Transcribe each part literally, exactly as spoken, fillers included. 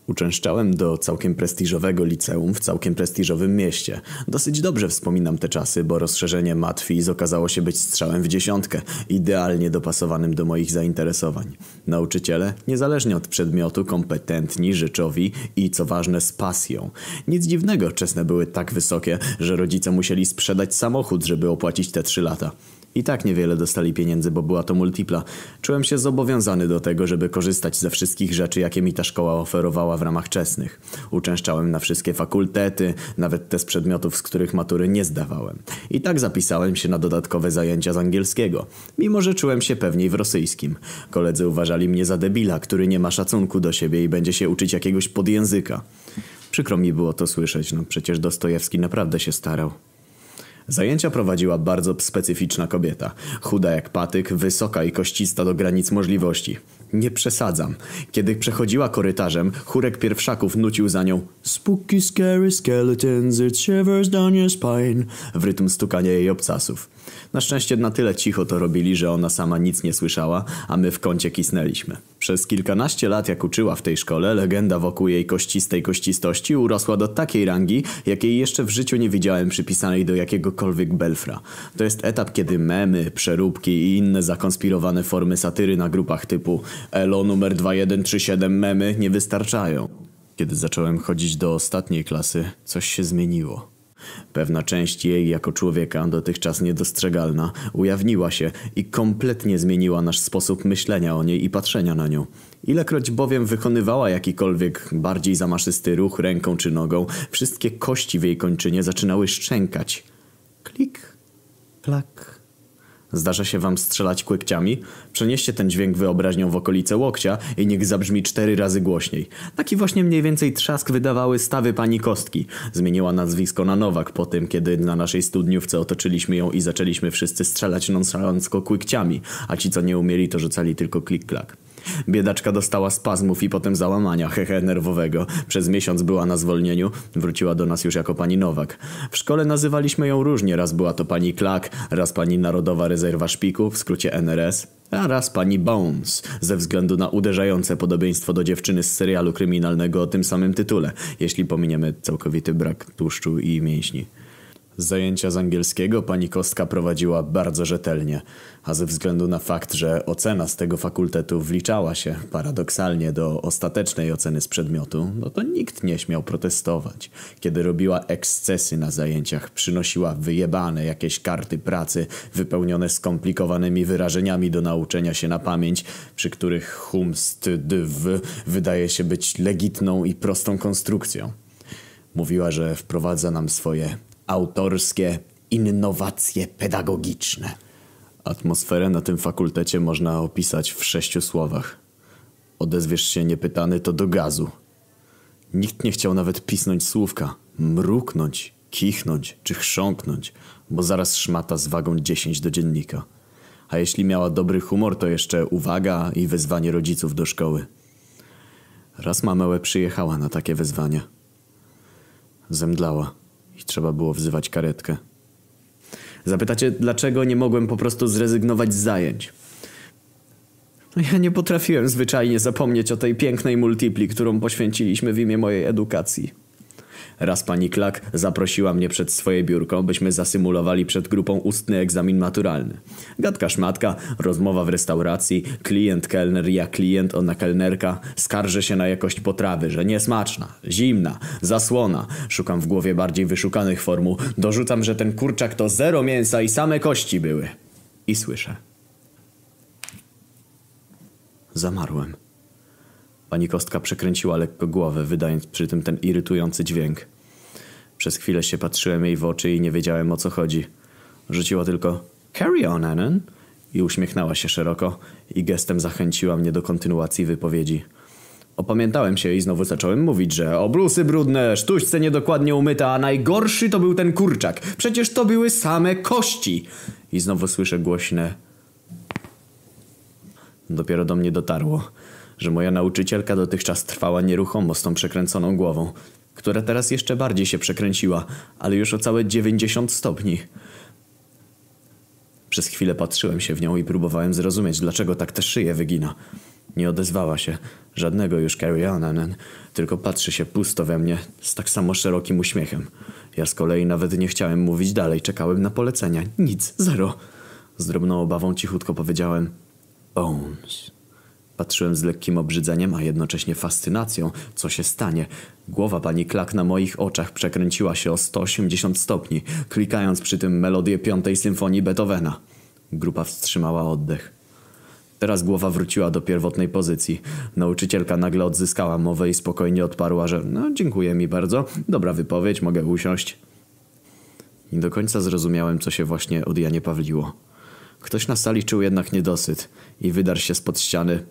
Uczęszczałem do całkiem prestiżowego liceum w całkiem prestiżowym mieście. Dosyć dobrze wspominam te czasy, bo rozszerzenie matwiz okazało się być strzałem w dziesiątkę, idealnie dopasowanym do moich zainteresowań. Nauczyciele, niezależnie od przedmiotu, kompetentni, rzeczowi i, co ważne, z pasją. Nic dziwnego, czesne były tak wysokie, że rodzice musieli sprzedać samochód, żeby opłacić te trzy lata. I tak niewiele dostali pieniędzy, bo była to multipla. Czułem się zobowiązany do tego, żeby korzystać ze wszystkich rzeczy, jakie mi ta szkoła oferowała w ramach czesnych. Uczęszczałem na wszystkie fakultety, nawet te z przedmiotów, z których matury nie zdawałem. I tak zapisałem się na dodatkowe zajęcia z angielskiego, mimo że czułem się pewniej w rosyjskim. Koledzy uważali mnie za debila, który nie ma szacunku do siebie i będzie się uczyć jakiegoś podjęzyka. Przykro mi było to słyszeć, no przecież Dostojewski naprawdę się starał. Zajęcia prowadziła bardzo specyficzna kobieta. Chuda jak patyk, wysoka i koścista do granic możliwości. Nie przesadzam. Kiedy przechodziła korytarzem, chórek pierwszaków nucił za nią Spooky scary skeletons, it shivers down your spine w rytm stukania jej obcasów. Na szczęście na tyle cicho to robili, że ona sama nic nie słyszała, a my w kącie kisnęliśmy. Przez kilkanaście lat jak uczyła w tej szkole, legenda wokół jej kościstej kościstości urosła do takiej rangi, jakiej jeszcze w życiu nie widziałem przypisanej do jakiegokolwiek belfra. To jest etap, kiedy memy, przeróbki i inne zakonspirowane formy satyry na grupach typu Elo numer dwa jeden trzy siedem memy nie wystarczają. Kiedy zacząłem chodzić do ostatniej klasy, coś się zmieniło. Pewna część jej jako człowieka, dotychczas niedostrzegalna, ujawniła się i kompletnie zmieniła nasz sposób myślenia o niej i patrzenia na nią. Ilekroć bowiem wykonywała jakikolwiek bardziej zamaszysty ruch ręką czy nogą, wszystkie kości w jej kończynie zaczynały szczękać. Klik, klak. Zdarza się wam strzelać kłykciami? Przenieście ten dźwięk wyobraźnią w okolice łokcia i niech zabrzmi cztery razy głośniej. Taki właśnie mniej więcej trzask wydawały stawy pani Kostki. Zmieniła nazwisko na Nowak po tym, kiedy na naszej studniówce otoczyliśmy ją i zaczęliśmy wszyscy strzelać nonszalancko kłykciami, a ci co nie umieli to rzucali tylko klik-klak. Biedaczka dostała spazmów i potem załamania, hehe, nerwowego. Przez miesiąc była na zwolnieniu, wróciła do nas już jako pani Nowak. W szkole nazywaliśmy ją różnie, raz była to pani Klak, raz pani Narodowa Rezerwa Szpiku, w skrócie N R S, a raz pani Bones, ze względu na uderzające podobieństwo do dziewczyny z serialu kryminalnego o tym samym tytule, jeśli pominiemy całkowity brak tłuszczu i mięśni. Zajęcia z angielskiego pani Kostka prowadziła bardzo rzetelnie, a ze względu na fakt, że ocena z tego fakultetu wliczała się paradoksalnie do ostatecznej oceny z przedmiotu, no to nikt nie śmiał protestować. Kiedy robiła ekscesy na zajęciach, przynosiła wyjebane jakieś karty pracy wypełnione skomplikowanymi wyrażeniami do nauczenia się na pamięć, przy których hum st dw wydaje się być legitną i prostą konstrukcją. Mówiła, że wprowadza nam swoje autorskie innowacje pedagogiczne. Atmosferę na tym fakultecie można opisać w sześciu słowach. Odezwiesz się niepytany to do gazu. Nikt nie chciał nawet pisnąć słówka, mruknąć, kichnąć czy chrząknąć, bo zaraz szmata z wagą dziesięć do dziennika. A jeśli miała dobry humor, to jeszcze uwaga i wezwanie rodziców do szkoły. Raz Mamełę przyjechała na takie wezwania. Zemdlała. I trzeba było wzywać karetkę. Zapytacie, dlaczego nie mogłem po prostu zrezygnować z zajęć? No ja nie potrafiłem zwyczajnie zapomnieć o tej pięknej multipli, którą poświęciliśmy w imię mojej edukacji. Raz pani Klak zaprosiła mnie przed swoje biurko, byśmy zasymulowali przed grupą ustny egzamin maturalny. Gadka szmatka, rozmowa w restauracji, klient kelner, ja klient, ona kelnerka. Skarżę się na jakość potrawy, że niesmaczna, zimna, zasłona. Szukam w głowie bardziej wyszukanych formuł. Dorzucam, że ten kurczak to zero mięsa i same kości były. I słyszę. Zamarłem. Pani Kostka przekręciła lekko głowę, wydając przy tym ten irytujący dźwięk. Przez chwilę się patrzyłem jej w oczy i nie wiedziałem, o co chodzi. Rzuciła tylko "Carry on, Anon" i uśmiechnęła się szeroko i gestem zachęciła mnie do kontynuacji wypowiedzi. Opamiętałem się i znowu zacząłem mówić, że obrusy brudne, sztućce niedokładnie umyta, a najgorszy to był ten kurczak. Przecież to były same kości. I znowu słyszę głośne. Dopiero do mnie dotarło, że moja nauczycielka dotychczas trwała nieruchomo z tą przekręconą głową, która teraz jeszcze bardziej się przekręciła, ale już o całe dziewięćdziesiąt stopni. Przez chwilę patrzyłem się w nią i próbowałem zrozumieć, dlaczego tak te szyję wygina. Nie odezwała się. Żadnego już carry on, anen. Tylko patrzy się pusto we mnie z tak samo szerokim uśmiechem. Ja z kolei nawet nie chciałem mówić dalej. Czekałem na polecenia. Nic. Zero. Z drobną obawą cichutko powiedziałem Bones. Patrzyłem z lekkim obrzydzeniem, a jednocześnie fascynacją, co się stanie. Głowa pani Clark na moich oczach przekręciła się o sto osiemdziesiąt stopni, klikając przy tym melodię piątej symfonii Beethovena. Grupa wstrzymała oddech. Teraz głowa wróciła do pierwotnej pozycji. Nauczycielka nagle odzyskała mowę i spokojnie odparła, że no dziękuję mi bardzo, dobra wypowiedź, mogę usiąść. Nie do końca zrozumiałem, co się właśnie od Janie Pawliło. Ktoś na sali czuł jednak niedosyt i wydarł się spod ściany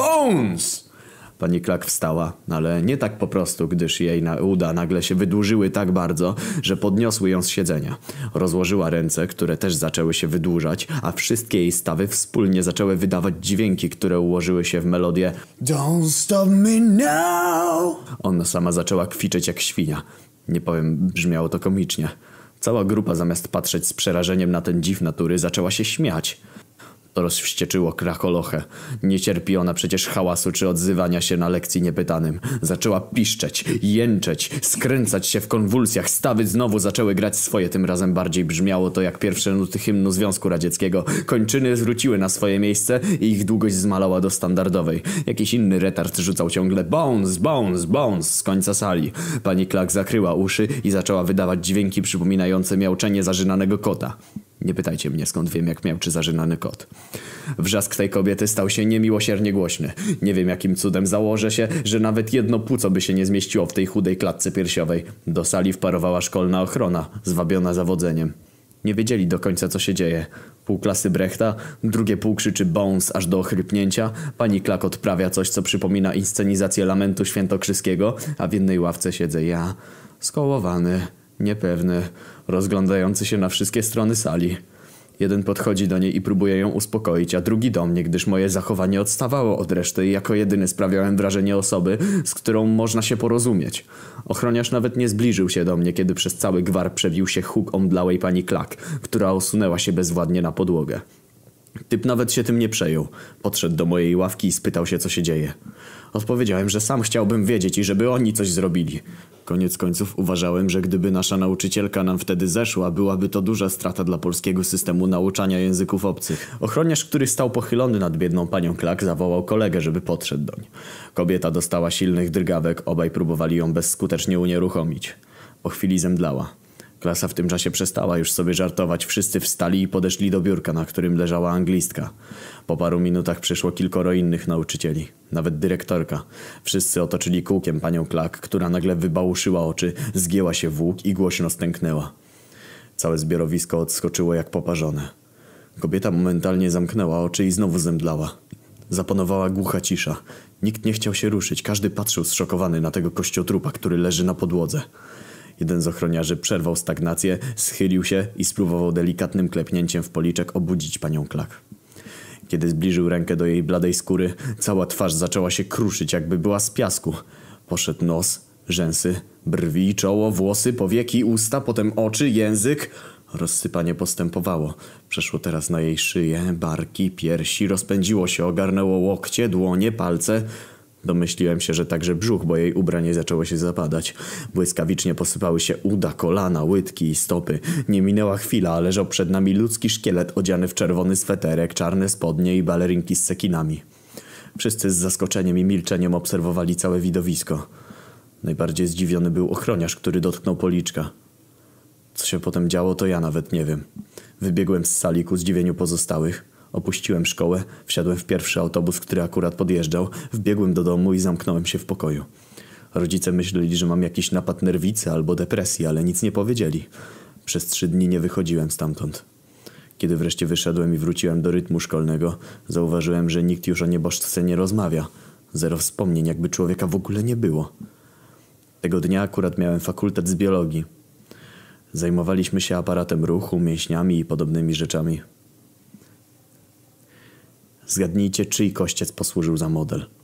Bones! Pani Clark wstała, ale nie tak po prostu, gdyż jej na uda nagle się wydłużyły tak bardzo, że podniosły ją z siedzenia. Rozłożyła ręce, które też zaczęły się wydłużać, a wszystkie jej stawy wspólnie zaczęły wydawać dźwięki, które ułożyły się w melodię Don't stop me now! Ona sama zaczęła kwiczeć jak świnia. Nie powiem, brzmiało to komicznie. Cała grupa zamiast patrzeć z przerażeniem na ten dziw natury zaczęła się śmiać. To rozwścieczyło Kracholochę. Nie cierpi ona przecież hałasu czy odzywania się na lekcji niepytanym. Zaczęła piszczeć, jęczeć, skręcać się w konwulsjach. Stawy znowu zaczęły grać swoje, tym razem bardziej brzmiało to jak pierwsze nuty hymnu Związku Radzieckiego. Kończyny wróciły na swoje miejsce i ich długość zmalała do standardowej. Jakiś inny retard rzucał ciągle Bones, Bones, Bones z końca sali. Pani Clark zakryła uszy i zaczęła wydawać dźwięki przypominające miauczenie zażynanego kota. Nie pytajcie mnie, skąd wiem, jak miałczy zażynany kot. Wrzask tej kobiety stał się niemiłosiernie głośny. Nie wiem, jakim cudem założę się, że nawet jedno płuco by się nie zmieściło w tej chudej klatce piersiowej. Do sali wparowała szkolna ochrona, zwabiona zawodzeniem. Nie wiedzieli do końca, co się dzieje. Pół klasy Brechta, drugie pół krzyczy Bones aż do ochrypnięcia, pani Clark odprawia coś, co przypomina inscenizację lamentu świętokrzyskiego, a w jednej ławce siedzę ja, skołowany, niepewny, rozglądający się na wszystkie strony sali. Jeden podchodzi do niej i próbuje ją uspokoić, a drugi do mnie, gdyż moje zachowanie odstawało od reszty i jako jedyny sprawiałem wrażenie osoby, z którą można się porozumieć. Ochroniarz nawet nie zbliżył się do mnie, kiedy przez cały gwar przebił się huk omdlałej pani Clark, która osunęła się bezwładnie na podłogę. Typ nawet się tym nie przejął. Podszedł do mojej ławki i spytał się, co się dzieje. Odpowiedziałem, że sam chciałbym wiedzieć i żeby oni coś zrobili. Koniec końców uważałem, że gdyby nasza nauczycielka nam wtedy zeszła, byłaby to duża strata dla polskiego systemu nauczania języków obcych. Ochroniarz, który stał pochylony nad biedną panią Clark, zawołał kolegę, żeby podszedł doń. Kobieta dostała silnych drgawek, obaj próbowali ją bezskutecznie unieruchomić. Po chwili zemdlała. Klasa w tym czasie przestała już sobie żartować. Wszyscy wstali i podeszli do biurka, na którym leżała anglistka. Po paru minutach przyszło kilkoro innych nauczycieli. Nawet dyrektorka. Wszyscy otoczyli kółkiem panią Clark, która nagle wybałuszyła oczy, zgięła się w łuk i głośno stęknęła. Całe zbiorowisko odskoczyło jak poparzone. Kobieta momentalnie zamknęła oczy i znowu zemdlała. Zapanowała głucha cisza. Nikt nie chciał się ruszyć. Każdy patrzył zszokowany na tego kościotrupa, który leży na podłodze. Jeden z ochroniarzy przerwał stagnację, schylił się i spróbował delikatnym klepnięciem w policzek obudzić panią Clark. Kiedy zbliżył rękę do jej bladej skóry, cała twarz zaczęła się kruszyć, jakby była z piasku. Poszedł nos, rzęsy, brwi, czoło, włosy, powieki, usta, potem oczy, język. Rozsypanie postępowało. Przeszło teraz na jej szyję, barki, piersi, rozpędziło się, ogarnęło łokcie, dłonie, palce. Domyśliłem się, że także brzuch, bo jej ubranie zaczęło się zapadać. Błyskawicznie posypały się uda, kolana, łydki i stopy. Nie minęła chwila, a leżał przed nami ludzki szkielet odziany w czerwony sweterek, czarne spodnie i balerinki z cekinami. Wszyscy z zaskoczeniem i milczeniem obserwowali całe widowisko. Najbardziej zdziwiony był ochroniarz, który dotknął policzka. Co się potem działo, to ja nawet nie wiem. Wybiegłem z sali ku zdziwieniu pozostałych. Opuściłem szkołę, wsiadłem w pierwszy autobus, który akurat podjeżdżał, wbiegłem do domu i zamknąłem się w pokoju. Rodzice myśleli, że mam jakiś napad nerwicy albo depresji, ale nic nie powiedzieli. Przez trzy dni nie wychodziłem stamtąd. Kiedy wreszcie wyszedłem i wróciłem do rytmu szkolnego, zauważyłem, że nikt już o nieboszczce nie rozmawia. Zero wspomnień, jakby człowieka w ogóle nie było. Tego dnia akurat miałem fakultet z biologii. Zajmowaliśmy się aparatem ruchu, mięśniami i podobnymi rzeczami. Zgadnijcie, czyj kościec posłużył za model.